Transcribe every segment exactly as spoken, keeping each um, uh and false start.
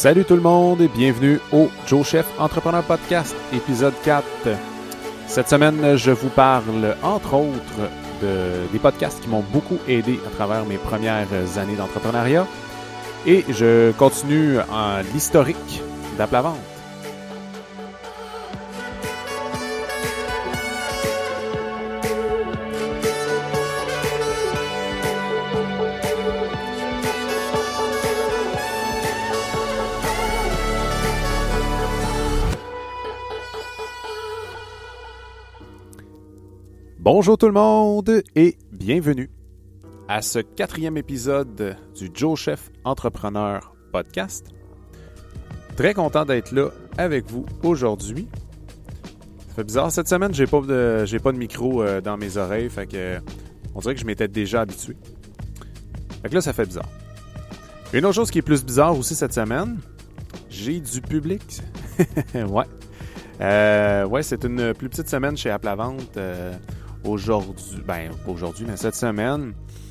Salut tout le monde et bienvenue au Joe Chef Entrepreneur Podcast, épisode quatre. Cette semaine, je vous parle, entre autres, de, des podcasts qui m'ont beaucoup aidé à travers mes premières années d'entrepreneuriat. Et je continue en l'historique d'App la Vente. Bonjour tout le monde et bienvenue à ce quatrième épisode du Joe Chef Entrepreneur Podcast. Très content d'être là avec vous aujourd'hui. Ça fait bizarre, cette semaine, j'ai pas de, j'ai pas de micro euh, dans mes oreilles, fait que on dirait que je m'étais déjà habitué. Fait que là, ça fait bizarre. Une autre chose qui est plus bizarre aussi cette semaine, j'ai du public. ouais. Euh, ouais, c'est une plus petite semaine chez App la Vente. Euh, Aujourd'hui, ben pas aujourd'hui, mais cette semaine,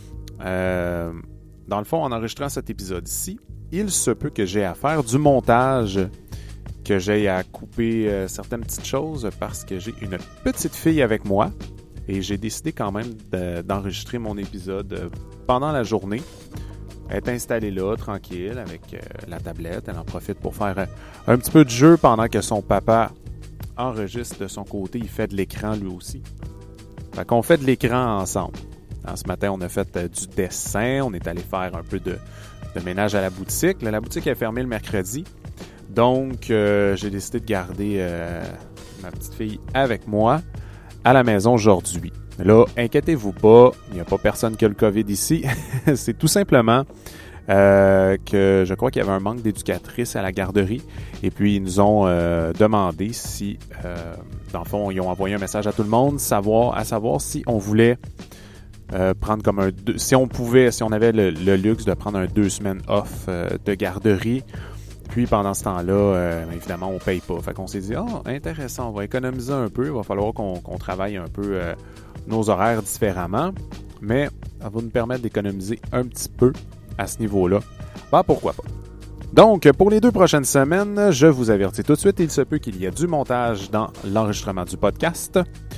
euh, dans le fond, en enregistrant cet épisode-ci, il se peut que j'ai à faire du montage, que j'ai à couper euh, certaines petites choses parce que j'ai une petite fille avec moi et j'ai décidé quand même de, d'enregistrer mon épisode pendant la journée. Elle est installée là, tranquille, avec euh, la tablette. Elle en profite pour faire euh, un petit peu de jeu pendant que son papa enregistre de son côté. Il fait de l'écran lui aussi. Fait qu'on fait de l'écran ensemble. Alors, ce matin, on a fait euh, du dessin. On est allé faire un peu de, de ménage à la boutique. Là, la boutique est fermée le mercredi. Donc, euh, j'ai décidé de garder euh, ma petite fille avec moi à la maison aujourd'hui. Là, inquiétez-vous pas, il n'y a pas personne qui a le COVID ici. C'est tout simplement euh, que je crois qu'il y avait un manque d'éducatrices à la garderie. Et puis, ils nous ont euh, demandé si... Euh, Dans le fond, ils ont envoyé un message à tout le monde, savoir, à savoir si on voulait euh, prendre comme un... Deux, si on pouvait, si on avait le, le luxe de prendre un deux semaines off euh, de garderie. Puis pendant ce temps-là, euh, évidemment, on paye pas. Fait qu'on s'est dit, ah, oh, intéressant, on va économiser un peu. Il va falloir qu'on, qu'on travaille un peu euh, nos horaires différemment. Mais ça va nous permettre d'économiser un petit peu à ce niveau-là. Ben, pourquoi pas? Donc, pour les deux prochaines semaines, je vous avertis tout de suite, il se peut qu'il y ait du montage dans l'enregistrement du podcast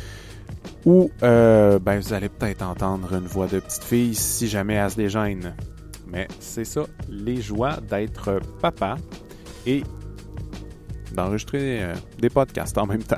ou euh, ben, vous allez peut-être entendre une voix de petite fille si jamais elle se dégêne. Mais c'est ça, les joies d'être papa et d'enregistrer euh, des podcasts en même temps.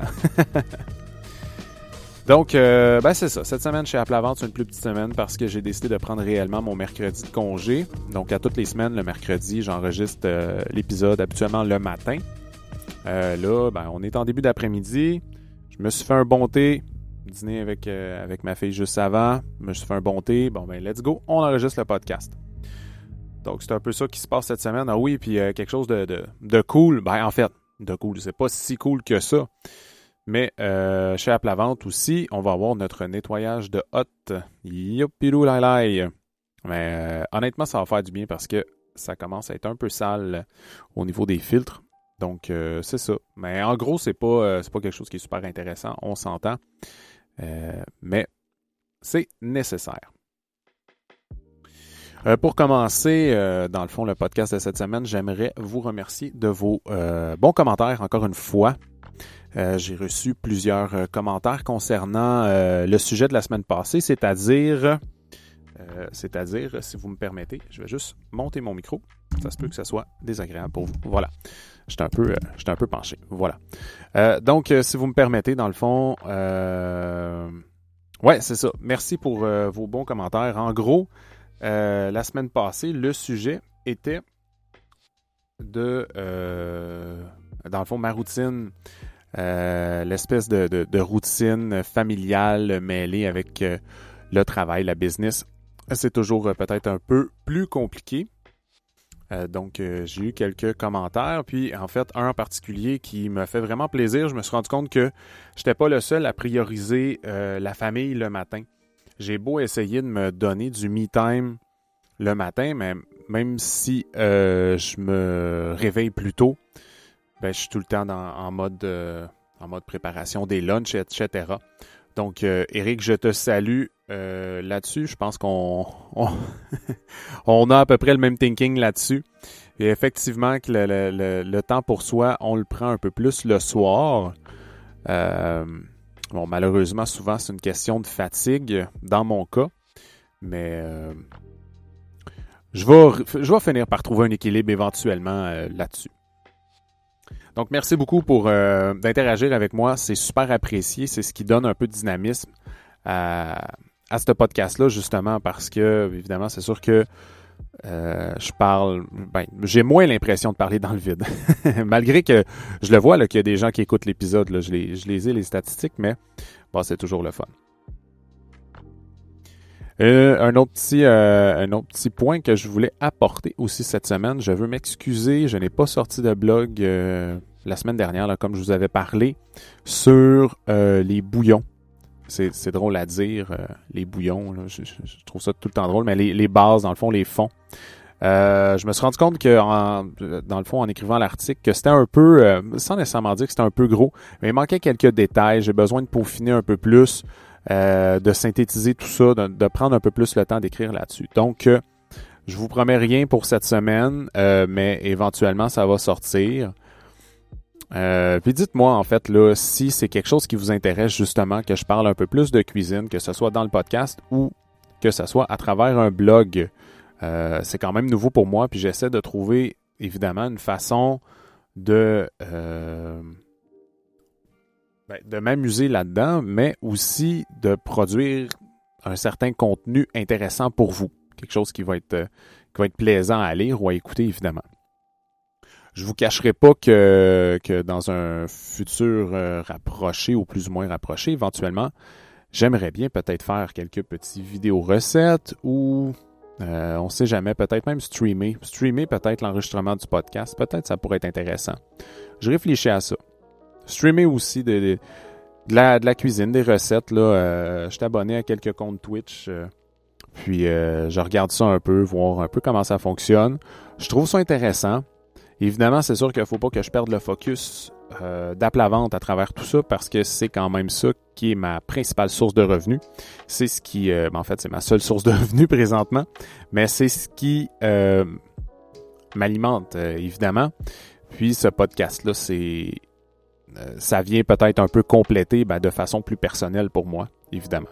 Donc, euh, ben c'est ça. Cette semaine chez App la Vente, c'est une plus petite semaine parce que j'ai décidé de prendre réellement mon mercredi de congé. Donc, à toutes les semaines, le mercredi, j'enregistre euh, l'épisode habituellement le matin. Euh, là, ben, on est en début d'après-midi. Je me suis fait un bon thé, dîner avec, euh, avec ma fille juste avant. Je me suis fait un bon thé. Bon, ben, let's go. On enregistre le podcast. Donc, c'est un peu ça qui se passe cette semaine. Ah oui, puis euh, quelque chose de, de, de cool. Ben, en fait, de cool. C'est pas si cool que ça. Mais euh, chez App la Vente aussi, on va avoir notre nettoyage de hotte. Youpilou lai lai. Mais euh, honnêtement, ça va faire du bien parce que ça commence à être un peu sale au niveau des filtres. Donc, euh, c'est ça. Mais en gros, c'est pas, euh, c'est pas quelque chose qui est super intéressant. On s'entend. Euh, mais c'est nécessaire. Euh, pour commencer, euh, dans le fond, le podcast de cette semaine, j'aimerais vous remercier de vos euh, bons commentaires encore une fois. Euh, j'ai reçu plusieurs euh, commentaires concernant euh, le sujet de la semaine passée, c'est-à-dire, euh, c'est-à-dire, si vous me permettez, je vais juste monter mon micro. Ça se peut que ça soit désagréable pour vous. Voilà. J'étais un peu, euh, j'étais un peu penché. Voilà. Euh, donc, euh, si vous me permettez, dans le fond, euh, ouais, c'est ça. Merci pour euh, vos bons commentaires. En gros, euh, la semaine passée, le sujet était de, euh, dans le fond, ma routine. Euh, l'espèce de, de, de routine familiale mêlée avec euh, le travail, la business, c'est toujours euh, peut-être un peu plus compliqué. Euh, donc, euh, j'ai eu quelques commentaires, puis en fait, un en particulier qui me fait vraiment plaisir. Je me suis rendu compte que je n'étais pas le seul à prioriser euh, la famille le matin. J'ai beau essayer de me donner du me-time le matin, mais même si euh, je me réveille plus tôt, ben, je suis tout le temps dans, en, mode, euh, en mode préparation des lunchs, et cetera. Donc, euh, Eric, je te salue. euh, là-dessus. Je pense qu'on on, on a à peu près le même thinking là-dessus. Et effectivement, que le, le, le, le temps pour soi, on le prend un peu plus le soir. Euh, bon, malheureusement, souvent, c'est une question de fatigue dans mon cas. Mais euh, je, vais, je vais finir par trouver un équilibre éventuellement euh, là-dessus. Donc, merci beaucoup pour euh, d'interagir avec moi. C'est super apprécié. C'est ce qui donne un peu de dynamisme à, à ce podcast-là, justement, parce que, évidemment, c'est sûr que euh, je parle... Ben, j'ai moins l'impression de parler dans le vide. Malgré que je le vois, là, qu'il y a des gens qui écoutent l'épisode. Là, je, les, je les ai, les statistiques, mais bon, c'est toujours le fun. Euh, un, autre petit, euh, un autre petit point que je voulais apporter aussi cette semaine, je veux m'excuser, je n'ai pas sorti de blog euh, la semaine dernière, là, comme je vous avais parlé, sur euh, les bouillons. C'est, c'est drôle à dire, euh, les bouillons, là, je, je, je trouve ça tout le temps drôle, mais les, les bases, dans le fond, les fonds. Euh, je me suis rendu compte que, en, dans le fond, en écrivant l'article, que c'était un peu, euh, sans nécessairement dire que c'était un peu gros, mais il manquait quelques détails, j'ai besoin de peaufiner un peu plus. Euh, de synthétiser tout ça, de, de prendre un peu plus le temps d'écrire là-dessus. Donc, euh, je vous promets rien pour cette semaine, euh, mais éventuellement, ça va sortir. Euh, puis dites-moi, en fait, là, si c'est quelque chose qui vous intéresse, justement, que je parle un peu plus de cuisine, que ce soit dans le podcast ou que ce soit à travers un blog. Euh, c'est quand même nouveau pour moi, puis j'essaie de trouver, évidemment, une façon de... Euh, Ben, de m'amuser là-dedans, mais aussi de produire un certain contenu intéressant pour vous. Quelque chose qui va être, euh, qui va être plaisant à lire ou à écouter, évidemment. Je vous cacherai pas que, que dans un futur euh, rapproché ou plus ou moins rapproché, éventuellement, j'aimerais bien peut-être faire quelques petites vidéos recettes ou, euh, on ne sait jamais, peut-être même streamer. Streamer peut-être l'enregistrement du podcast. Peut-être ça pourrait être intéressant. Je réfléchis à ça. Streamer aussi de, de, de, la, de la cuisine, des recettes. Là, euh, je suis abonné à quelques comptes Twitch. Euh, puis euh, je regarde ça un peu, voir un peu comment ça fonctionne. Je trouve ça intéressant. Évidemment, c'est sûr qu'il ne faut pas que je perde le focus euh, d'Aple-à-Vente à travers tout ça parce que c'est quand même ça qui est ma principale source de revenus. C'est ce qui... Euh, ben en fait, c'est ma seule source de revenus présentement. Mais c'est ce qui euh, m'alimente, euh, évidemment. Puis ce podcast-là, c'est... ça vient peut-être un peu compléter ben, de façon plus personnelle pour moi, évidemment.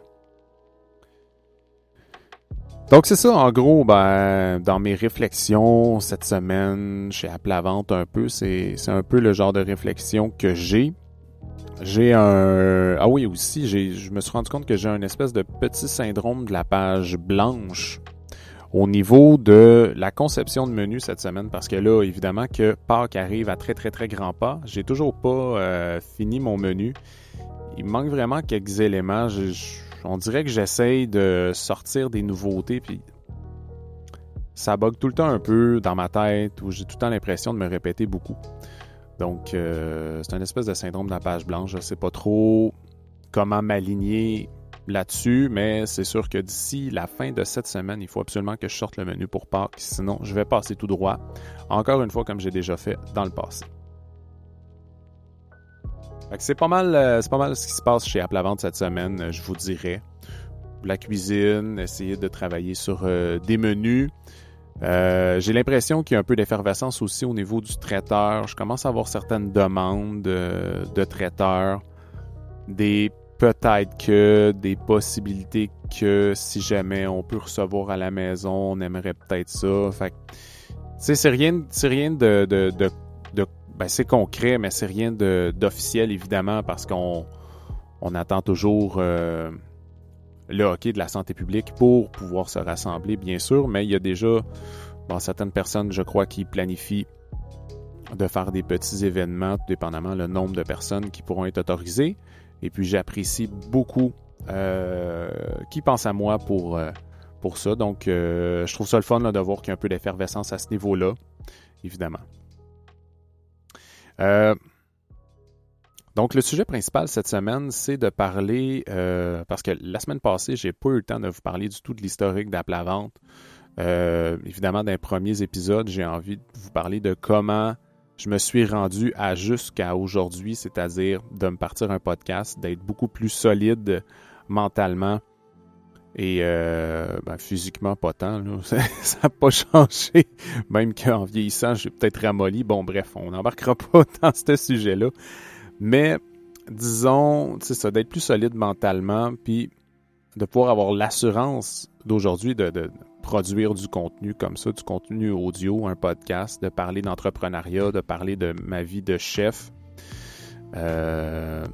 Donc c'est ça, en gros, ben, dans mes réflexions cette semaine, chez Aple-à-Vente un peu, c'est, c'est un peu le genre de réflexion que j'ai. J'ai un... Ah oui, aussi, j'ai, je me suis rendu compte que j'ai un espèce de petit syndrome de la page blanche au niveau de la conception de menu cette semaine, parce que là, évidemment que Pâques arrive à très, très, très grands pas. J'ai toujours pas euh, fini mon menu. Il me manque vraiment quelques éléments. Je, je, on dirait que j'essaye de sortir des nouveautés, puis ça bug tout le temps un peu dans ma tête, où j'ai tout le temps l'impression de me répéter beaucoup. Donc, euh, c'est un espèce de syndrome de la page blanche. Je sais pas trop comment m'aligner là-dessus, mais c'est sûr que d'ici la fin de cette semaine, il faut absolument que je sorte le menu pour Pâques, sinon je vais passer tout droit, encore une fois comme j'ai déjà fait dans le passé. Fait que c'est pas mal, c'est pas mal ce qui se passe chez Aple-à-Vente cette semaine, je vous dirais. La cuisine, essayer de travailler sur euh, des menus. Euh, j'ai l'impression qu'il y a un peu d'effervescence aussi au niveau du traiteur. Je commence à avoir certaines demandes euh, de traiteurs, des peut-être que des possibilités que si jamais on peut recevoir à la maison, on aimerait peut-être ça. Fait que, tu sais, c'est rien, c'est rien de, de, de, de ben c'est concret, mais c'est rien de, d'officiel évidemment parce qu'on on attend toujours euh, le hockey de la santé publique pour pouvoir se rassembler, bien sûr, mais il y a déjà bon, certaines personnes, je crois, qui planifient de faire des petits événements, dépendamment le nombre de personnes qui pourront être autorisées. Et puis, j'apprécie beaucoup euh, qui pense à moi pour, euh, pour ça. Donc, euh, je trouve ça le fun là, de voir qu'il y a un peu d'effervescence à ce niveau-là, évidemment. Euh, donc, le sujet principal cette semaine, c'est de parler, euh, parce que la semaine passée, j'ai pas eu le temps de vous parler du tout de l'historique d'Aple-à-Vente. Euh, évidemment, dans les premiers épisodes, j'ai envie de vous parler de comment je me suis rendu à jusqu'à aujourd'hui, c'est-à-dire de me partir un podcast, d'être beaucoup plus solide mentalement Et euh, ben, physiquement, pas tant. Là. Ça n'a pas changé. Même qu'en vieillissant, j'ai peut-être ramolli. Bon, bref, on n'embarquera pas dans ce sujet-là. Mais, disons, c'est ça, d'être plus solide mentalement, puis de pouvoir avoir l'assurance d'aujourd'hui de, de produire du contenu comme ça, du contenu audio, un podcast, de parler d'entrepreneuriat, de parler de ma vie de chef. Euh...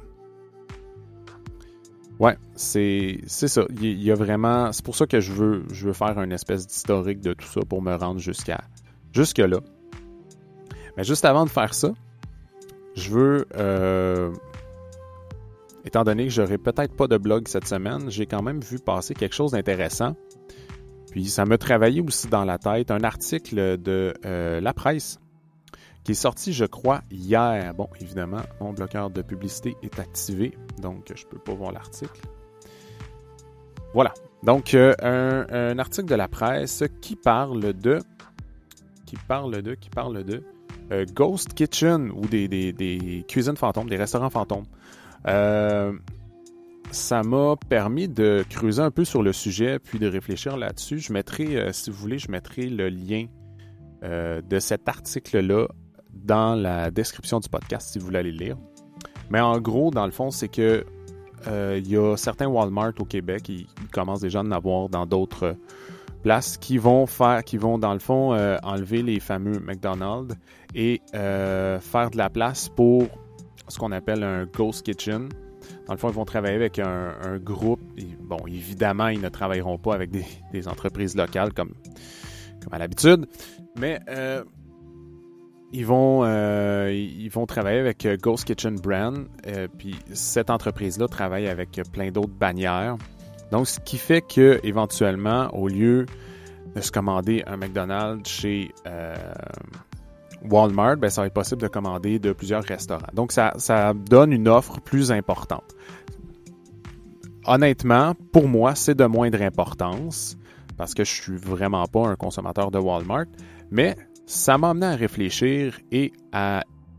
Ouais, c'est, c'est ça. Il y a vraiment. C'est pour ça que je veux, je veux faire une espèce d'historique de tout ça pour me rendre jusqu'à jusque-là. Mais juste avant de faire ça, je veux. Euh, étant donné que j'aurai peut-être pas de blog cette semaine, j'ai quand même vu passer quelque chose d'intéressant. Puis ça m'a travaillé aussi dans la tête. Un article de euh, La Presse qui est sorti, je crois, hier. Bon, évidemment, mon bloqueur de publicité est activé, donc je ne peux pas voir l'article. Voilà. Donc, euh, un, un article de La Presse qui parle de... qui parle de... qui parle de... Euh, Ghost Kitchen ou des, des, des cuisines fantômes, des restaurants fantômes. Euh, ça m'a permis de creuser un peu sur le sujet puis de réfléchir là-dessus. Je mettrai, euh, si vous voulez, je mettrai le lien euh, de cet article-là dans la description du podcast si vous voulez aller le lire. Mais en gros, dans le fond, c'est que euh, il y a certains Walmart au Québec, ils, ils commencent déjà à en avoir dans d'autres places, qui vont faire, qui vont dans le fond euh, enlever les fameux McDonald's et euh, faire de la place pour ce qu'on appelle un Ghost Kitchen. Dans le fond, ils vont travailler avec un, un groupe. Et, bon, évidemment, ils ne travailleront pas avec des, des entreprises locales comme, comme à l'habitude, mais euh, Ils vont, euh, ils vont travailler avec Ghost Kitchen Brand, euh, puis cette entreprise-là travaille avec plein d'autres bannières. Donc, ce qui fait que éventuellement, au lieu de se commander un McDonald's chez euh, Walmart, ben, ça va être possible de commander de plusieurs restaurants. Donc, ça, ça donne une offre plus importante. Honnêtement, pour moi, c'est de moindre importance parce que je suis vraiment pas un consommateur de Walmart, mais ça m'a amené à réfléchir et à,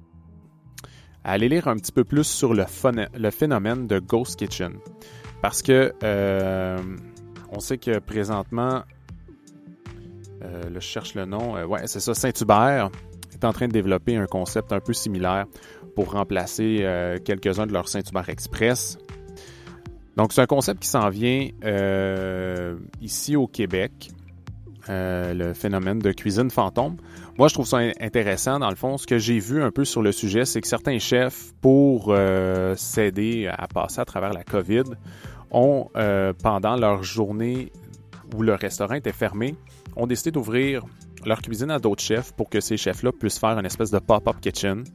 à aller lire un petit peu plus sur le, phon- le phénomène de Ghost Kitchen. Parce que euh, on sait que présentement, euh, là, je cherche le nom, euh, ouais, c'est ça, Saint-Hubert est en train de développer un concept un peu similaire pour remplacer euh, quelques-uns de leurs Saint-Hubert Express. Donc, c'est un concept qui s'en vient euh, ici au Québec. Euh, le phénomène de cuisine fantôme. Moi, je trouve ça intéressant. Dans le fond, ce que j'ai vu un peu sur le sujet, c'est que certains chefs, pour euh, s'aider à passer à travers la COVID, ont, euh, pendant leur journée où le restaurant était fermé, ont décidé d'ouvrir leur cuisine à d'autres chefs pour que ces chefs-là puissent faire une espèce de pop-up kitchen,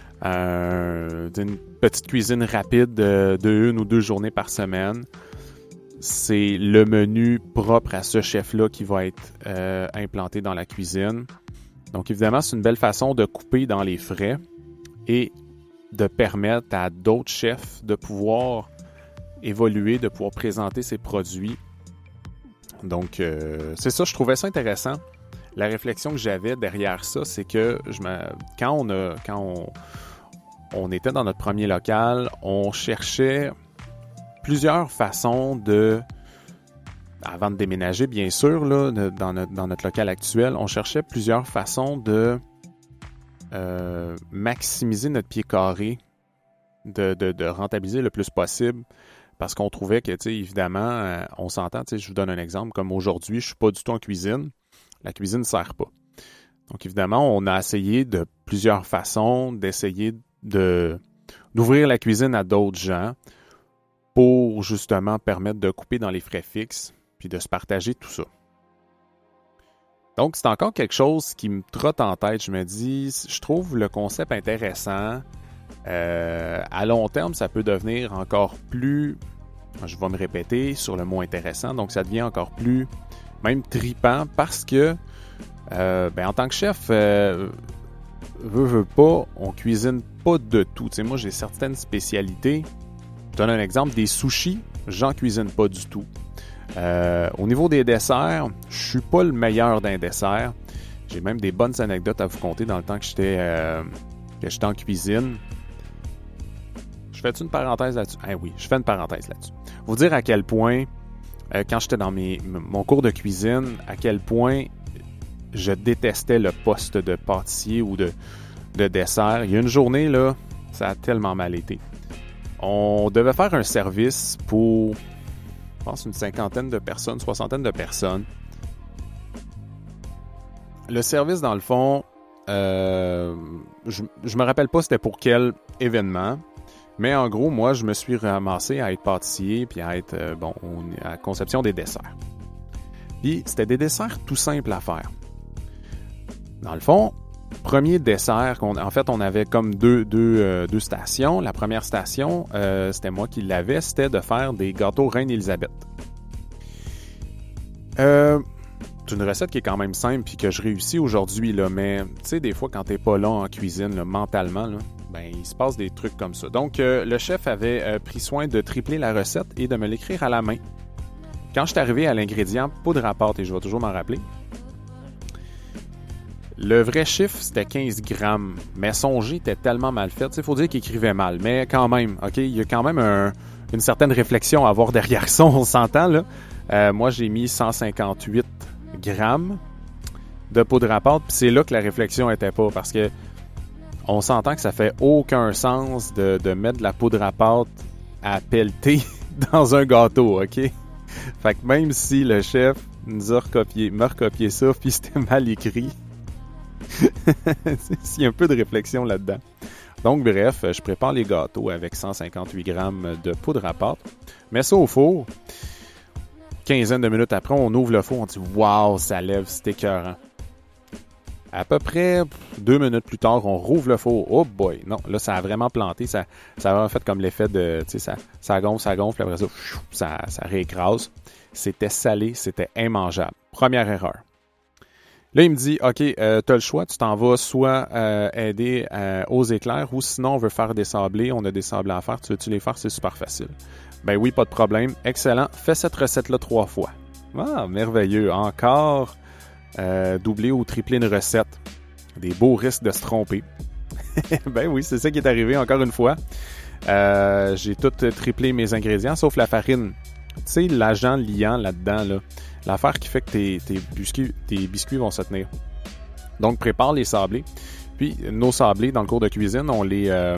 euh, d'une petite cuisine rapide de, de une ou deux journées par semaine. C'est le menu propre à ce chef-là qui va être euh, implanté dans la cuisine. Donc, évidemment, c'est une belle façon de couper dans les frais et de permettre à d'autres chefs de pouvoir évoluer, de pouvoir présenter ses produits. Donc, euh, c'est ça, je trouvais ça intéressant. La réflexion que j'avais derrière ça, c'est que je me, quand, on, a, quand on, on était dans notre premier local, on cherchait plusieurs façons de, avant de déménager bien sûr, là, de, dans, notre, dans notre local actuel, on cherchait plusieurs façons de euh, maximiser notre pied carré, de, de, de rentabiliser le plus possible, parce qu'on trouvait que, tu sais, évidemment, euh, on s'entend, tu sais, je vous donne un exemple, comme aujourd'hui, je suis pas du tout en cuisine, la cuisine ne sert pas. Donc évidemment, on a essayé de plusieurs façons d'essayer de, d'ouvrir la cuisine à d'autres gens, pour justement permettre de couper dans les frais fixes puis de se partager tout ça. Donc, c'est encore quelque chose qui me trotte en tête. Je me dis, je trouve le concept intéressant. Euh, à long terme, ça peut devenir encore plus, je vais me répéter sur le mot intéressant, donc ça devient encore plus, même tripant parce que, euh, ben, en tant que chef, euh, veut, veut pas, on cuisine pas de tout. Tu sais, moi, j'ai certaines spécialités. Je donne un exemple, des sushis, j'en cuisine pas du tout. Euh, au niveau des desserts, je suis pas le meilleur d'un dessert. J'ai même des bonnes anecdotes à vous conter dans le temps que j'étais, euh, que j'étais en cuisine. Je fais une parenthèse là-dessus? Ah oui, je fais une parenthèse là-dessus. Vous dire à quel point euh, quand j'étais dans mes, mon cours de cuisine, à quel point je détestais le poste de pâtissier ou de, de dessert. Il y a une journée, là, ça a tellement mal été. On devait faire un service pour, je pense, une cinquantaine de personnes, soixantaine de personnes. Le service, dans le fond, euh, je, je me rappelle pas c'était pour quel événement, mais en gros, moi, je me suis ramassé à être pâtissier puis à être, euh, bon, à la conception des desserts. Puis, c'était des desserts tout simples à faire. Dans le fond, premier dessert, qu'on, en fait, on avait comme deux, deux, euh, deux stations. La première station, euh, c'était moi qui l'avais, c'était de faire des gâteaux Reine-Élisabeth. Euh... C'est une recette qui est quand même simple et que je réussis aujourd'hui, là, mais tu sais, des fois, quand t'es pas là en cuisine, là, mentalement, là, ben, il se passe des trucs comme ça. Donc, euh, le chef avait euh, pris soin de tripler la recette et de me l'écrire à la main. Quand je suis arrivé à l'ingrédient poudre à pâte, et je vais toujours m'en rappeler, le vrai chiffre, c'était quinze grammes, mais son jet était tellement mal fait. Il faut dire qu'il écrivait mal, mais quand même, OK, il y a quand même un, une certaine réflexion à avoir derrière ça, on s'entend, là. Euh, moi, j'ai mis cent cinquante-huit grammes de poudre à pâte, puis c'est là que la réflexion était pas, parce que on s'entend que ça fait aucun sens de, de mettre de la poudre à pâte à pelleter dans un gâteau, OK? Fait que même si le chef nous a recopié, m'a recopié ça, puis c'était mal écrit, il y a un peu de réflexion là-dedans. Donc bref, je prépare les gâteaux avec cent cinquante-huit grammes de poudre à pâte, mets ça au four. Quinzaine de minutes après, on ouvre le four, on dit « Wow, ça lève, c'est écœurant ». À peu près deux minutes plus tard, on rouvre le four. Oh boy! Non, là, ça a vraiment planté. Ça, ça a vraiment fait comme l'effet de, tu sais, ça, ça gonfle, ça gonfle, après ça, ça, ça réécrase. C'était salé, c'était immangeable. Première erreur. Là, il me dit « OK, euh, tu as le choix, tu t'en vas soit euh, aider euh, aux éclairs ou sinon on veut faire des sablés, on a des sablés à faire, tu veux-tu les faire? C'est super facile. » Ben oui, pas de problème. Excellent. Fais cette recette-là trois fois. Ah, merveilleux. Encore euh, doubler ou tripler une recette. Des beaux risques de se tromper. Ben oui, c'est ça qui est arrivé encore une fois. Euh, j'ai tout triplé mes ingrédients, sauf la farine. Tu sais, l'agent liant là-dedans, là, l'affaire qui fait que tes, tes, biscuits, tes biscuits vont se tenir. Donc, prépare les sablés. Puis, nos sablés, dans le cours de cuisine, on les, euh,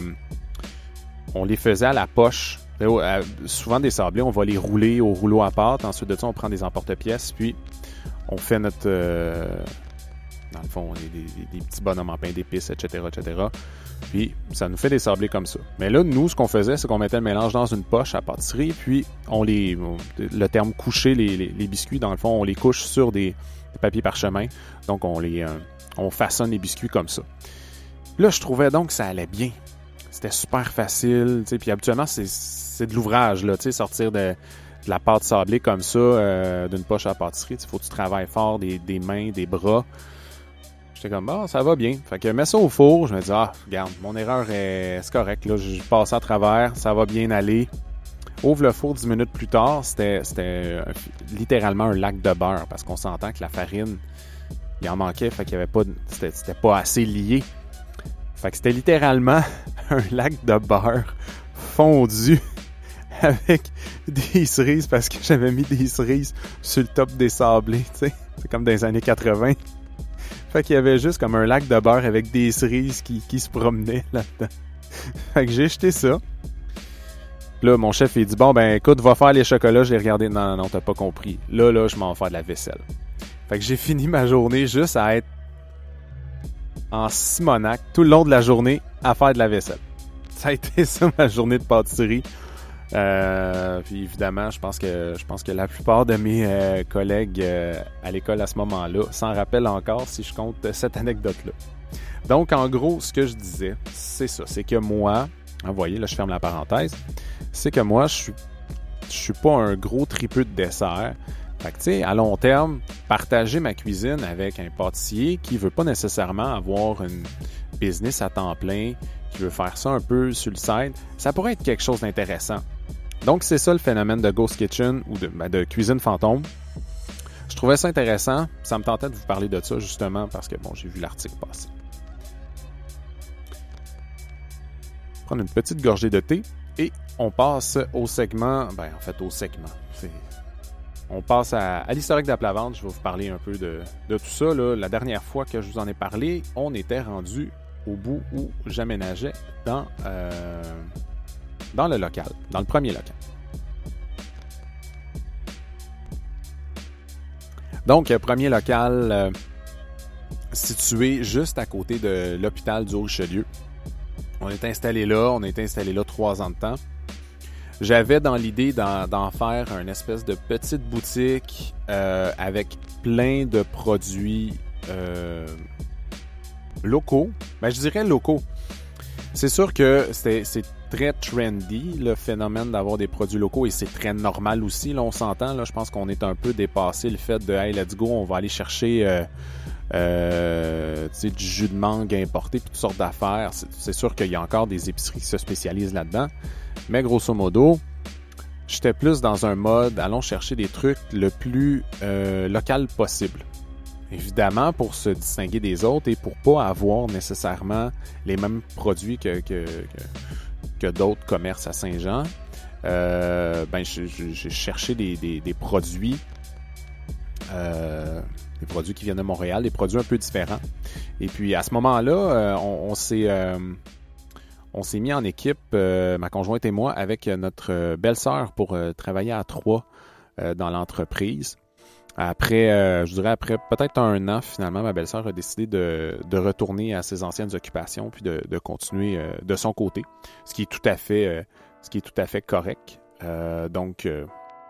on les faisait à la poche. Euh, souvent des sablés, on va les rouler au rouleau à pâte. Ensuite de ça, on prend des emporte-pièces, puis on fait notre... Euh, dans le fond, des, des, des petits bonhommes en pain d'épices, et cetera, et cetera. Puis, ça nous fait des sablés comme ça. Mais là, nous, ce qu'on faisait, c'est qu'on mettait le mélange dans une poche à pâtisserie, puis on les... Le terme « coucher », les, les, les biscuits, dans le fond, on les couche sur des, des papiers parchemin. Donc, on les... Euh, on façonne les biscuits comme ça. Là, je trouvais donc que ça allait bien. C'était super facile, tu sais, puis habituellement, c'est, c'est de l'ouvrage, là, tu sais, sortir de, de la pâte sablée comme ça, euh, d'une poche à pâtisserie, il faut que tu travailles fort, des, des mains, des bras. J'étais comme, ah, ça va bien. Fait que mets ça au four, je me dis, ah, regarde, mon erreur est, c'est correct, là, je passe à travers, ça va bien aller. Ouvre le four dix minutes plus tard, c'était, c'était un, littéralement un lac de beurre, parce qu'on s'entend que la farine, il en manquait, fait qu'il y avait pas, c'était, c'était pas assez lié. Fait que c'était littéralement un lac de beurre fondu avec des cerises parce que j'avais mis des cerises sur le top des sablés, tu sais. C'est comme dans les années quatre-vingts. Fait qu'il y avait juste comme un lac de beurre avec des cerises qui, qui se promenaient là-dedans. Fait que j'ai jeté ça. Là, mon chef, il dit, bon, ben écoute, va faire les chocolats. J'ai regardé, non, non, non, t'as pas compris. Là, là, je m'en vais faire de la vaisselle. Fait que j'ai fini ma journée juste à être en simonac tout le long de la journée à faire de la vaisselle. Ça a été ça ma journée de pâtisserie. Euh, puis évidemment, je pense que je pense que la plupart de mes euh, collègues euh, à l'école à ce moment-là s'en rappellent encore si je compte cette anecdote-là. Donc, en gros, ce que je disais, c'est ça. C'est que moi, vous voyez, là, je ferme la parenthèse. C'est que moi, je suis je suis pas un gros tripeux de dessert. Fait que, tu sais, à long terme, partager ma cuisine avec un pâtissier qui veut pas nécessairement avoir une business à temps plein, qui veut faire ça un peu sur le side, ça pourrait être quelque chose d'intéressant. Donc, c'est ça le phénomène de Ghost Kitchen ou de, ben, de cuisine fantôme. Je trouvais ça intéressant. Ça me tentait de vous parler de ça, justement, parce que, bon, j'ai vu l'article passer. Prendre une petite gorgée de thé et on passe au segment... Ben, en fait, au segment. C'est... on passe à, à l'historique de la Plavante. Je vais vous parler un peu de, de tout ça. Là. La dernière fois que je vous en ai parlé, on était rendu au bout où j'aménageais dans, euh, dans le local, dans le premier local. Donc, premier local euh, situé juste à côté de l'hôpital du Haut-Richelieu. On est installé là, on a été installé là trois ans de temps. J'avais dans l'idée d'en, d'en faire une espèce de petite boutique euh, avec plein de produits euh, locaux. Ben, je dirais locaux. C'est sûr que c'est, c'est très trendy, le phénomène d'avoir des produits locaux, et c'est très normal aussi. Là, on s'entend, là, je pense qu'on est un peu dépassé le fait de « Hey, let's go, on va aller chercher euh, euh, tu sais, du jus de mangue importé, puis toutes sortes d'affaires. » C'est, c'est sûr qu'il y a encore des épiceries qui se spécialisent là-dedans. Mais grosso modo, j'étais plus dans un mode « Allons chercher des trucs le plus euh, local possible. » Évidemment, pour se distinguer des autres et pour pas avoir nécessairement les mêmes produits que, que, que, que d'autres commerces à Saint-Jean, euh, ben, j'ai cherché des, des, des produits, euh, des produits qui viennent de Montréal, des produits un peu différents. Et puis, à ce moment-là, euh, on, on s'est... Euh, On s'est mis en équipe, euh, ma conjointe et moi, avec notre belle-sœur pour euh, travailler à trois euh, dans l'entreprise. Après, euh, je dirais après peut-être un an, finalement, ma belle-sœur a décidé de, de retourner à ses anciennes occupations puis de, de continuer euh, de son côté, ce qui est tout à fait, euh, ce qui est tout à fait correct. Euh, donc, euh,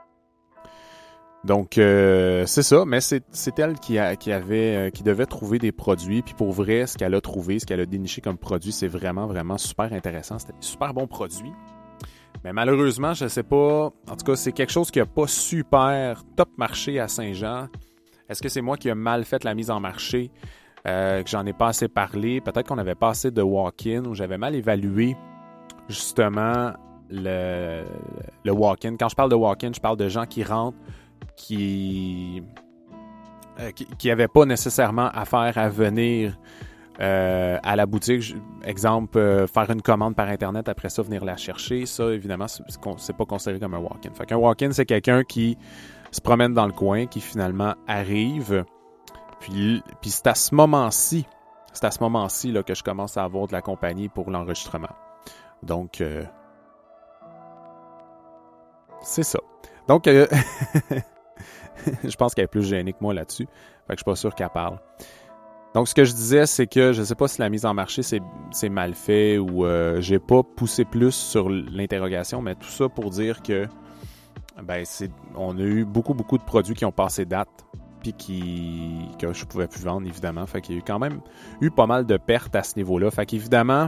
donc euh, c'est ça, mais c'est, c'est elle qui, a, qui avait, euh, qui devait trouver des produits. Puis pour vrai, ce qu'elle a trouvé, ce qu'elle a déniché comme produit, c'est vraiment, vraiment super intéressant. C'était des super bons produits. Mais malheureusement, je ne sais pas. En tout cas, c'est quelque chose qui n'a pas super top marché à Saint-Jean. Est-ce que c'est moi qui ai mal fait la mise en marché, euh, que j'en ai pas assez parlé? Peut-être qu'on n'avait pas assez de walk-in, ou j'avais mal évalué justement le, le walk-in. Quand je parle de walk-in, je parle de gens qui rentrent, qui euh, qui n'avaient pas nécessairement affaire à venir Euh, à la boutique, exemple, euh, faire une commande par Internet, après ça, venir la chercher. Ça, évidemment, c'est, c'est pas considéré comme un walk-in. Fait qu'un walk-in, c'est quelqu'un qui se promène dans le coin, qui finalement arrive. Puis, puis c'est à ce moment-ci, c'est à ce moment-ci là, que je commence à avoir de la compagnie pour l'enregistrement. Donc, euh, c'est ça. Donc, euh, je pense qu'elle est plus gênée que moi là-dessus. Fait que je suis pas sûr qu'elle parle. Donc, ce que je disais, c'est que je ne sais pas si la mise en marché, c'est, c'est mal fait ou euh, j'ai pas poussé plus sur l'interrogation, mais tout ça pour dire que ben, c'est, on a eu beaucoup, beaucoup de produits qui ont passé date puis qui, que je ne pouvais plus vendre, évidemment. Fait qu'il y a eu quand même eu pas mal de pertes à ce niveau-là. Fait qu'évidemment,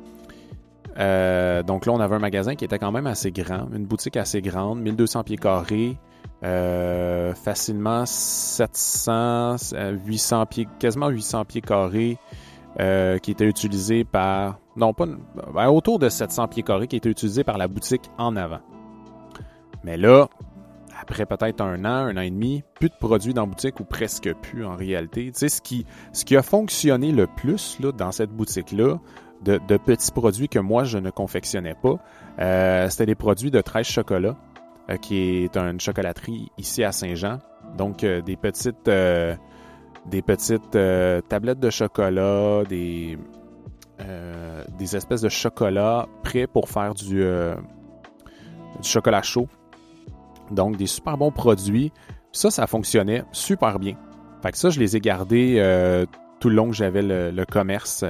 euh, donc là, on avait un magasin qui était quand même assez grand, une boutique assez grande, mille deux cents pieds carrés. Euh, facilement sept cents, huit cents pieds, quasiment huit cents pieds carrés euh, qui étaient utilisés par, non pas, ben, autour de sept cents pieds carrés qui étaient utilisés par la boutique en avant. Mais là, après peut-être un an, un an et demi, plus de produits dans la boutique ou presque plus en réalité. Tu sais, ce qui, ce qui a fonctionné le plus là, dans cette boutique-là, de, de petits produits que moi je ne confectionnais pas, euh, c'était des produits de treize chocolats. Euh, qui est une chocolaterie ici à Saint-Jean. Donc, euh, des petites euh, des petites euh, tablettes de chocolat, des, euh, des espèces de chocolat prêts pour faire du, euh, du chocolat chaud. Donc, des super bons produits. Ça, ça fonctionnait super bien. Fait que ça, je les ai gardés euh, tout le long que j'avais le, le commerce,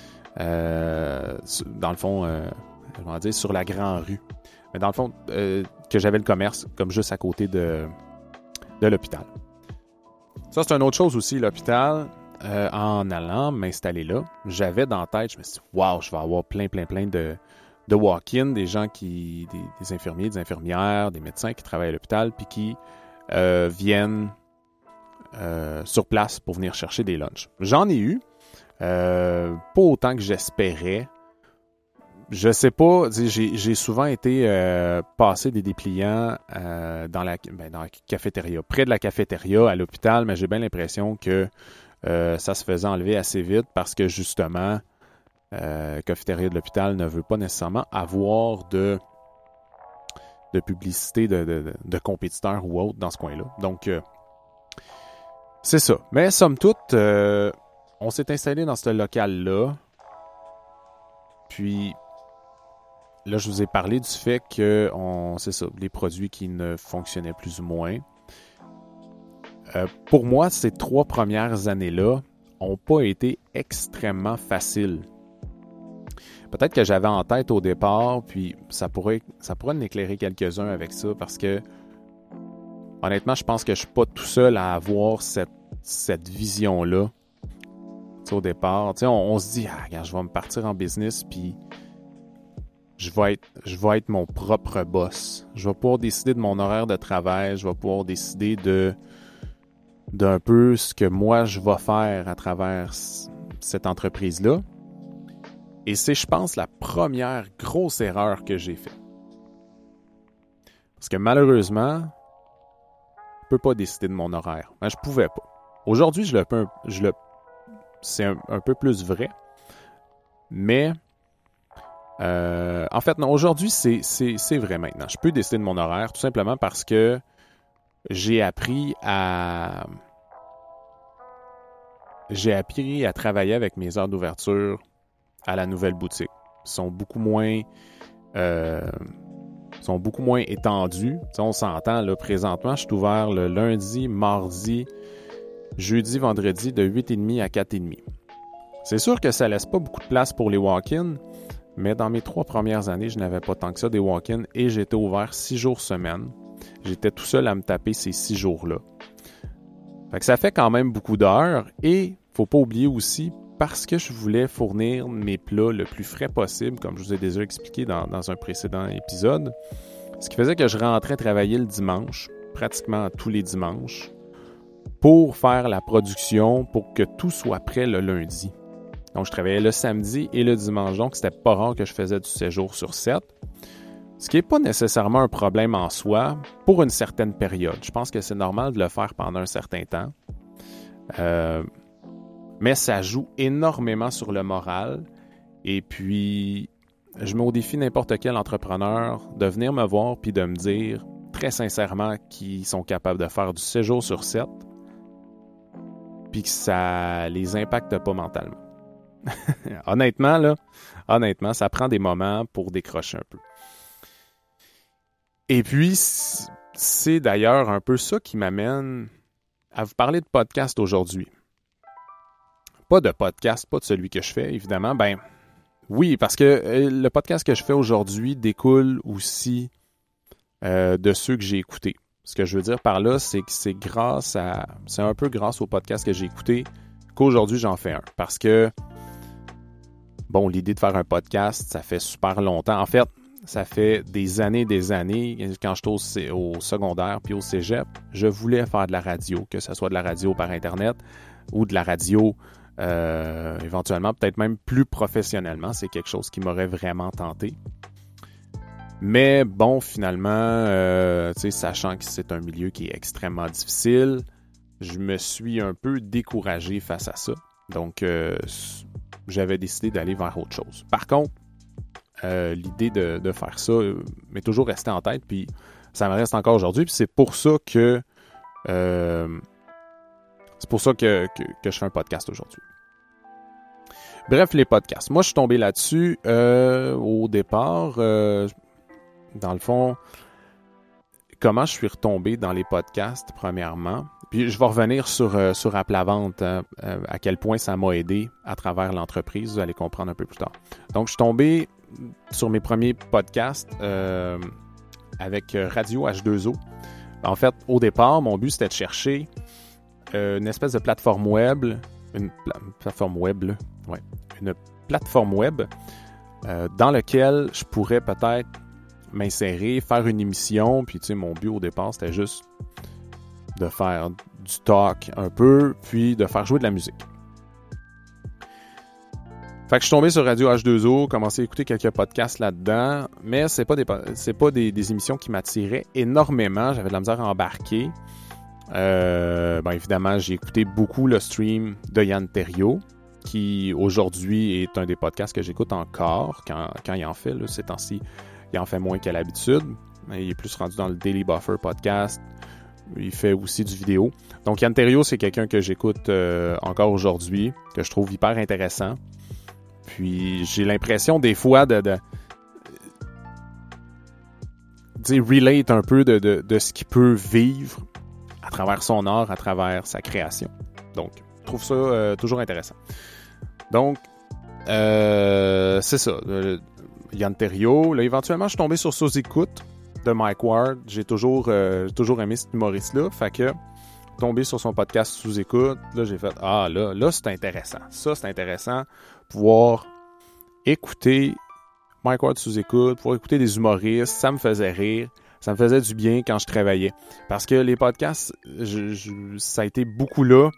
euh, dans le fond, euh, je vais dire, sur la Grande Rue. Mais dans le fond, euh, que j'avais le commerce comme juste à côté de, de l'hôpital. Ça, c'est une autre chose aussi, l'hôpital. Euh, en allant m'installer là, j'avais dans la tête, je me suis dit, waouh, je vais avoir plein, plein, plein de, de walk-in, des gens qui, des, des infirmiers, des infirmières, des médecins qui travaillent à l'hôpital, puis qui euh, viennent euh, sur place pour venir chercher des lunchs. J'en ai eu, euh, pas autant que j'espérais. Je sais pas, j'ai, j'ai souvent été euh, passer des dépliants euh, dans, la, ben, dans la cafétéria, près de la cafétéria à l'hôpital, mais j'ai bien l'impression que euh, ça se faisait enlever assez vite parce que justement, euh, cafétéria de l'hôpital ne veut pas nécessairement avoir de de publicité de, de, de compétiteurs ou autres dans ce coin-là. Donc, euh, c'est ça. Mais somme toute, euh, on s'est installé dans ce local-là. Puis, là, je vous ai parlé du fait que, on, c'est ça, les produits qui ne fonctionnaient plus ou moins. Euh, pour moi, ces trois premières années-là n'ont pas été extrêmement faciles. Peut-être que j'avais en tête au départ, puis ça pourrait, ça pourrait en éclairer quelques-uns avec ça, parce que, honnêtement, je pense que je ne suis pas tout seul à avoir cette, cette vision-là. Tu sais, au départ, tu sais, on, on se dit, ah, regarde, je vais me partir en business, puis je vais être, je vais être mon propre boss. Je vais pouvoir décider de mon horaire de travail, je vais pouvoir décider de d'un peu ce que moi je vais faire à travers cette entreprise-là. Et c'est, je pense, la première grosse erreur que j'ai faite. Parce que malheureusement, je ne peux pas décider de mon horaire. Ben, je ne pouvais pas. Aujourd'hui, je le peux, je le, c'est un, un peu plus vrai. Mais, euh, en fait, non, aujourd'hui, c'est, c'est, c'est vrai maintenant. Je peux décider de mon horaire tout simplement parce que j'ai appris à... J'ai appris à travailler avec mes heures d'ouverture à la nouvelle boutique. Ils sont beaucoup moins... Euh, sont beaucoup moins étendues. Tu sais, on s'entend, là, présentement, je suis ouvert le lundi, mardi, jeudi, vendredi, de huit heures trente à quatre heures trente. C'est sûr que ça laisse pas beaucoup de place pour les walk-ins, mais dans mes trois premières années, je n'avais pas tant que ça des walk-ins et j'étais ouvert six jours semaine. J'étais tout seul à me taper ces six jours-là. Fait que ça fait quand même beaucoup d'heures et faut pas oublier aussi, parce que je voulais fournir mes plats le plus frais possible, comme je vous ai déjà expliqué dans, dans un précédent épisode, ce qui faisait que je rentrais travailler le dimanche, pratiquement tous les dimanches, pour faire la production, pour que tout soit prêt le lundi. Donc, je travaillais le samedi et le dimanche, donc c'était pas rare que je faisais du sept jours sur sept. Ce qui n'est pas nécessairement un problème en soi pour une certaine période. Je pense que c'est normal de le faire pendant un certain temps. Euh, mais ça joue énormément sur le moral. Et puis, je mets au défi n'importe quel entrepreneur de venir me voir puis de me dire très sincèrement qu'ils sont capables de faire du sept jours sur sept puis que ça les impacte pas mentalement. honnêtement, là, honnêtement, ça prend des moments pour décrocher un peu. Et puis, c'est d'ailleurs un peu ça qui m'amène à vous parler de podcast aujourd'hui. Pas de podcast, pas de celui que je fais, évidemment. Ben, oui, parce que le podcast que je fais aujourd'hui découle aussi euh, de ceux que j'ai écoutés. Ce que je veux dire par là, c'est que c'est grâce à... C'est un peu grâce au podcast que j'ai écouté qu'aujourd'hui, j'en fais un. Parce que, bon, l'idée de faire un podcast, ça fait super longtemps. En fait, ça fait des années et des années, quand j'étais au, au secondaire puis au cégep, je voulais faire de la radio, que ce soit de la radio par Internet ou de la radio euh, éventuellement, peut-être même plus professionnellement. C'est quelque chose qui m'aurait vraiment tenté. Mais bon, finalement, euh, tu sais, sachant que c'est un milieu qui est extrêmement difficile, je me suis un peu découragé face à ça. Donc, euh, j'avais décidé d'aller vers autre chose. Par contre, Euh, l'idée de, de faire ça euh, m'est toujours restée en tête, puis ça me reste encore aujourd'hui, puis c'est pour ça que euh, c'est pour ça que, que, que je fais un podcast aujourd'hui. Bref, les podcasts. Moi, je suis tombé là-dessus euh, au départ. Euh, dans le fond, comment je suis retombé dans les podcasts, premièrement. Puis je vais revenir sur, euh, sur App la Vente, hein, euh, à quel point ça m'a aidé à travers l'entreprise. Vous allez comprendre un peu plus tard. Donc, je suis tombé sur mes premiers podcasts euh, avec Radio H deux O. En fait, au départ, mon but, c'était de chercher euh, une espèce de plateforme web, une pla- plateforme web, là, ouais, une plateforme web euh, dans laquelle je pourrais peut-être m'insérer, faire une émission. Puis, tu sais, mon but au départ, c'était juste de faire du talk un peu, puis de faire jouer de la musique. Fait que je suis tombé sur Radio H deux O, commencé à écouter quelques podcasts là-dedans, mais c'est pas des, c'est pas des, des émissions qui m'attiraient énormément. J'avais de la misère à embarquer. Euh, ben évidemment, j'ai écouté beaucoup le stream de Yann Terriot, qui aujourd'hui est un des podcasts que j'écoute encore quand, quand il en fait. Là, ces temps-ci, il en fait moins qu'à l'habitude. Il est plus rendu dans le Daily Buffer podcast. Il fait aussi du vidéo. Donc, Yann Terriot, c'est quelqu'un que j'écoute euh, encore aujourd'hui, que je trouve hyper intéressant. Puis, j'ai l'impression des fois de... de dire relate un peu de, de, de ce qu'il peut vivre à travers son art, à travers sa création. Donc, je trouve ça euh, toujours intéressant. Donc, euh, c'est ça. Euh, Yann Terriot. Là, éventuellement, je suis tombé sur Sous-Écoute de Mike Ward. J'ai toujours, euh, toujours aimé cet humoriste-là. Fait que, tombé sur son podcast Sous-Écoute, là, j'ai fait « Ah, là, là, c'est intéressant. Ça, c'est intéressant. Pouvoir écouter Mike Ward Sous-Écoute, pouvoir écouter des humoristes, ça me faisait rire. Ça me faisait du bien quand je travaillais. Parce que les podcasts, je, je, ça a été beaucoup là.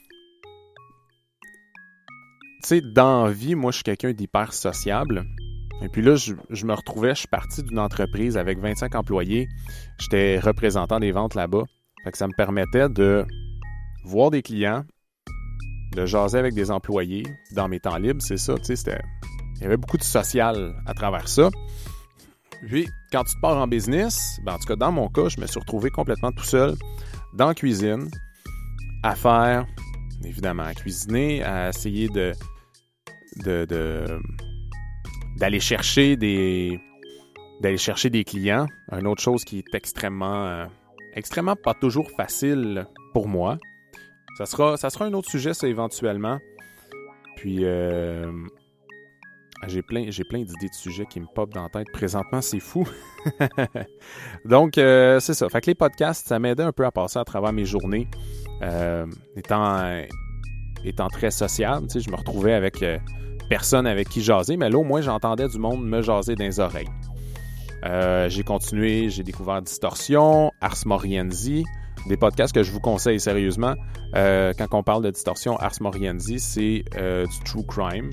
Tu sais, dans la vie, moi, je suis quelqu'un d'hyper sociable. Et puis là, je, je me retrouvais, je suis parti d'une entreprise avec vingt-cinq employés. J'étais représentant des ventes là-bas. Fait que ça me permettait de voir des clients, de jaser avec des employés dans mes temps libres. C'est ça, tu sais, c'était... Il y avait beaucoup de social à travers ça. Puis, quand tu te pars en business, ben en tout cas, dans mon cas, je me suis retrouvé complètement tout seul dans la cuisine, à faire, évidemment, à cuisiner, à essayer de, de, de d'aller chercher des d'aller chercher des clients. Une autre chose qui est extrêmement, euh, extrêmement pas toujours facile pour moi. Ça sera, ça sera un autre sujet, ça, éventuellement. Puis, euh, J'ai plein, j'ai plein d'idées de sujets qui me popent dans la tête. Présentement, c'est fou. Donc, euh, c'est ça. Fait que les podcasts, ça m'aidait un peu à passer à travers mes journées. Euh, étant, étant très sociable, tu sais, je me retrouvais avec euh, personne avec qui jaser. Mais là, au moins, j'entendais du monde me jaser dans les oreilles. Euh, j'ai continué, j'ai découvert Distorsion, Ars Moriendi, des podcasts que je vous conseille sérieusement. Euh, quand on parle de Distorsion, Ars Moriendi, c'est euh, du true crime.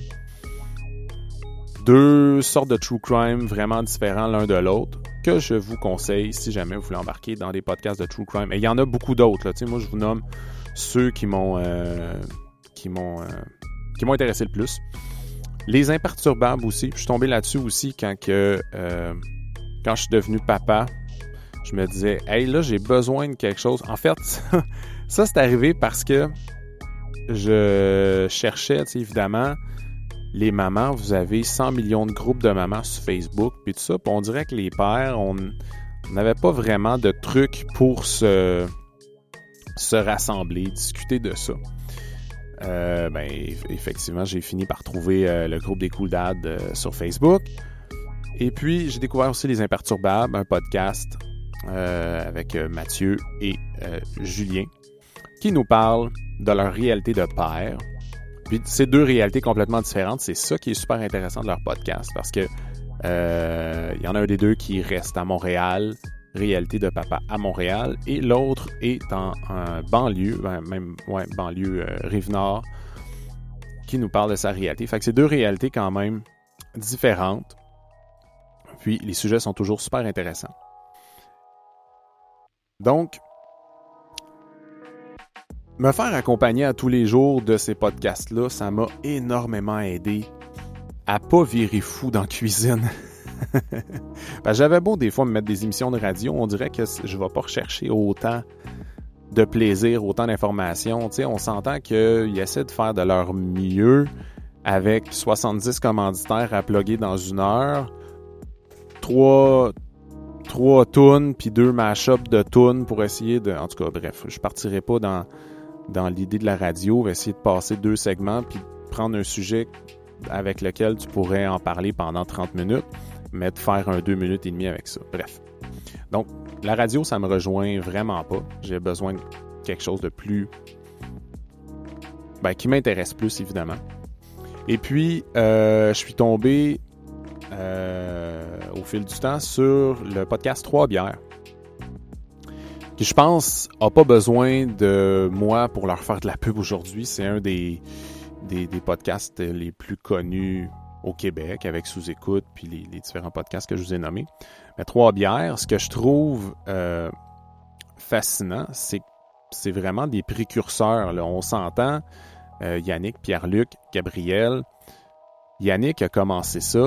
Deux sortes de true crime vraiment différents l'un de l'autre que je vous conseille si jamais vous voulez embarquer dans des podcasts de true crime. Et il y en a beaucoup d'autres. Là. Tu sais, moi, je vous nomme ceux qui m'ont euh, qui m'ont euh, qui m'ont intéressé le plus. Les Imperturbables aussi. Je suis tombé là-dessus aussi quand que euh, quand je suis devenu papa. Je me disais, hey, là, j'ai besoin de quelque chose. En fait, ça, c'est arrivé parce que je cherchais, tu sais, évidemment, les mamans, vous avez cent millions de groupes de mamans sur Facebook, puis tout ça, puis on dirait que les pères, on n'avait pas vraiment de trucs pour se, se rassembler, discuter de ça. Euh, ben, effectivement, j'ai fini par trouver euh, le groupe des Cool Dads euh, sur Facebook. Et puis, j'ai découvert aussi Les Imperturbables, un podcast euh, avec euh, Mathieu et euh, Julien, qui nous parlent de leur réalité de père. Puis ces deux réalités complètement différentes, c'est ça qui est super intéressant de leur podcast, parce que euh, il y en a un des deux qui reste à Montréal, réalité de papa à Montréal, et l'autre est en, en banlieue, même ouais, banlieue euh, Rive-Nord, qui nous parle de sa réalité. Fait que c'est deux réalités quand même différentes. Puis les sujets sont toujours super intéressants. Donc, me faire accompagner à tous les jours de ces podcasts-là, ça m'a énormément aidé à pas virer fou dans la cuisine. Ben, j'avais beau des fois me mettre des émissions de radio, on dirait que je vais pas rechercher autant de plaisir, autant d'informations. Tu sais, on s'entend qu'ils essaient de faire de leur mieux avec soixante-dix commanditaires à plugger dans une heure, trois... trois tunes puis deux mash-ups de tunes pour essayer de... En tout cas, bref, je partirai pas dans, dans l'idée de la radio. On va essayer de passer deux segments puis prendre un sujet avec lequel tu pourrais en parler pendant trente minutes, mais de faire un deux minutes et demie avec ça. Bref. Donc, la radio, ça me rejoint vraiment pas. J'ai besoin de quelque chose de plus... Ben, qui m'intéresse plus, évidemment. Et puis, euh, je suis tombé... Euh, au fil du temps sur le podcast Trois Bières, qui je pense n'a pas besoin de moi pour leur faire de la pub aujourd'hui. C'est un des, des, des podcasts les plus connus au Québec avec Sous-Écoute puis les, les différents podcasts que je vous ai nommés. Mais Trois Bières, ce que je trouve euh, fascinant, c'est c'est vraiment des précurseurs. Là. On s'entend, euh, Yannick, Pierre-Luc, Gabriel. Yannick a commencé ça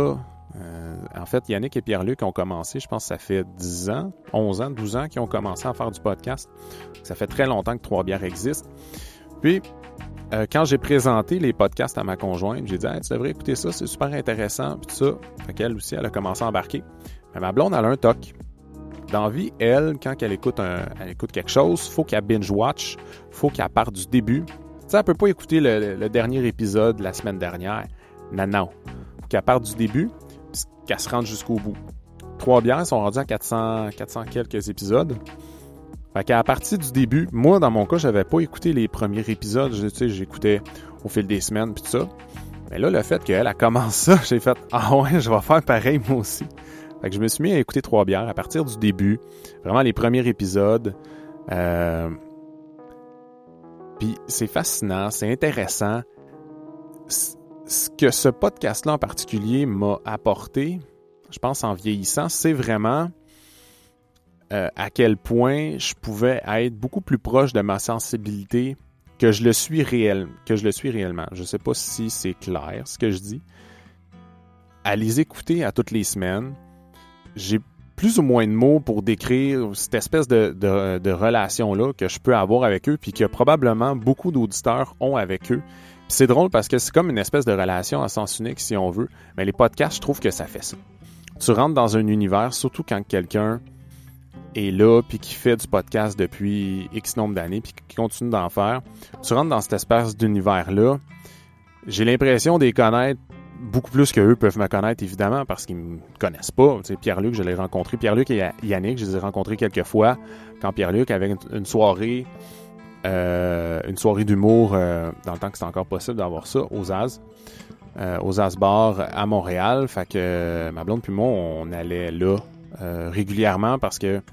Euh, en fait, Yannick et Pierre-Luc ont commencé, je pense que ça fait dix ans, onze ans, douze ans qu'ils ont commencé à faire du podcast. Ça fait très longtemps que Trois-Bières existe. Puis, euh, quand j'ai présenté les podcasts à ma conjointe, j'ai dit hey, « Tu devrais écouter ça, c'est super intéressant. » Puis tout ça. Fait qu'elle aussi, elle a commencé à embarquer. Mais ma blonde, elle a un toc. Dans la vie, elle, quand elle écoute, un, elle écoute quelque chose, il faut qu'elle binge-watch, il faut qu'elle parte du début. Tu sais, elle ne peut pas écouter le, le dernier épisode de la semaine dernière. Non, non. Il faut qu'elle parte du début, puis qu'elle se rende jusqu'au bout. Trois-Bières sont rendus à quatre cents, quatre cents quelques épisodes. Fait qu'à partir du début, moi, dans mon cas, j'avais pas écouté les premiers épisodes. Tu sais, j'écoutais au fil des semaines, puis tout ça. Mais là, le fait qu'elle a commencé ça, j'ai fait « Ah ouais, je vais faire pareil, moi aussi. » Fait que je me suis mis à écouter Trois-Bières à partir du début, vraiment les premiers épisodes. Euh... Puis c'est fascinant, c'est intéressant. Ce que ce podcast-là en particulier m'a apporté, je pense en vieillissant, c'est vraiment euh, à quel point je pouvais être beaucoup plus proche de ma sensibilité que je le suis réel, que je le suis réellement. Je ne sais pas si c'est clair ce que je dis. À les écouter à toutes les semaines, j'ai plus ou moins de mots pour décrire cette espèce de, de, de relation-là que je peux avoir avec eux puis que probablement beaucoup d'auditeurs ont avec eux. Puis c'est drôle parce que c'est comme une espèce de relation à sens unique si on veut, mais les podcasts, je trouve que ça fait ça. Tu rentres dans un univers, surtout quand quelqu'un est là puis qui fait du podcast depuis X nombre d'années puis qui continue d'en faire. Tu rentres dans cette espèce d'univers-là. J'ai l'impression de les connaître beaucoup plus qu'eux peuvent me connaître, évidemment, parce qu'ils me connaissent pas. Tu sais, Pierre-Luc, je l'ai rencontré. Pierre-Luc et Yannick, je les ai rencontrés quelques fois quand Pierre-Luc avait une, une soirée euh, une soirée d'humour euh, dans le temps que c'était encore possible d'avoir ça, aux Zaz. Euh, aux Zaz Bar à Montréal. Fait que euh, ma blonde puis moi, on allait là euh, régulièrement parce que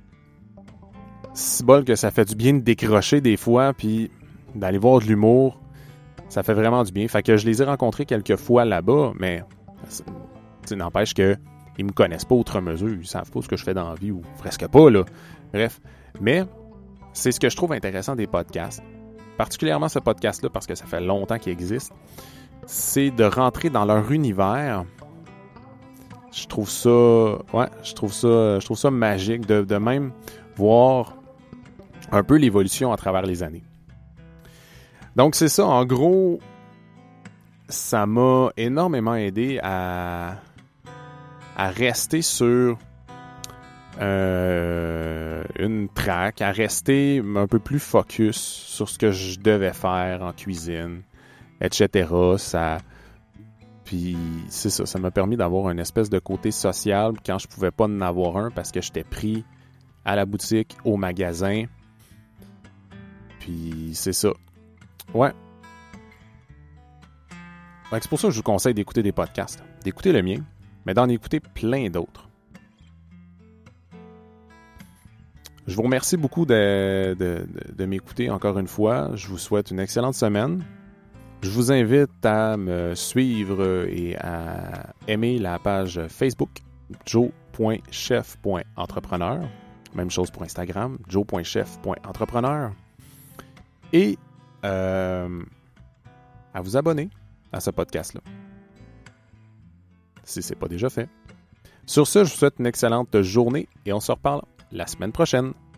c'est bol que ça fait du bien de décrocher des fois puis d'aller voir de l'humour. Ça fait vraiment du bien. Fait que je les ai rencontrés quelques fois là-bas, mais ça n'empêche qu'ils ne me connaissent pas outre mesure. Ils ne savent pas ce que je fais dans la vie, ou presque pas, là. Bref. Mais c'est ce que je trouve intéressant des podcasts. Particulièrement ce podcast-là, parce que ça fait longtemps qu'il existe. C'est de rentrer dans leur univers. Je trouve ça... Ouais, je trouve ça, je trouve ça magique de, de même voir un peu l'évolution à travers les années. Donc, c'est ça. En gros, ça m'a énormément aidé à, à rester sur euh, une track, à rester un peu plus focus sur ce que je devais faire en cuisine, et cetera. Ça, puis, c'est ça. Ça m'a permis d'avoir une espèce de côté social quand je pouvais pas en avoir un parce que j'étais pris à la boutique, au magasin. Puis, c'est ça. Ouais. C'est pour ça que je vous conseille d'écouter des podcasts. D'écouter le mien, mais d'en écouter plein d'autres. Je vous remercie beaucoup de, de, de, de m'écouter encore une fois. Je vous souhaite une excellente semaine. Je vous invite à me suivre et à aimer la page Facebook joe point chef point entrepreneur. Même chose pour Instagram, joe point chef point entrepreneur. Et Euh, à vous abonner à ce podcast-là, si ce n'est pas déjà fait. Sur ce, je vous souhaite une excellente journée et on se reparle la semaine prochaine.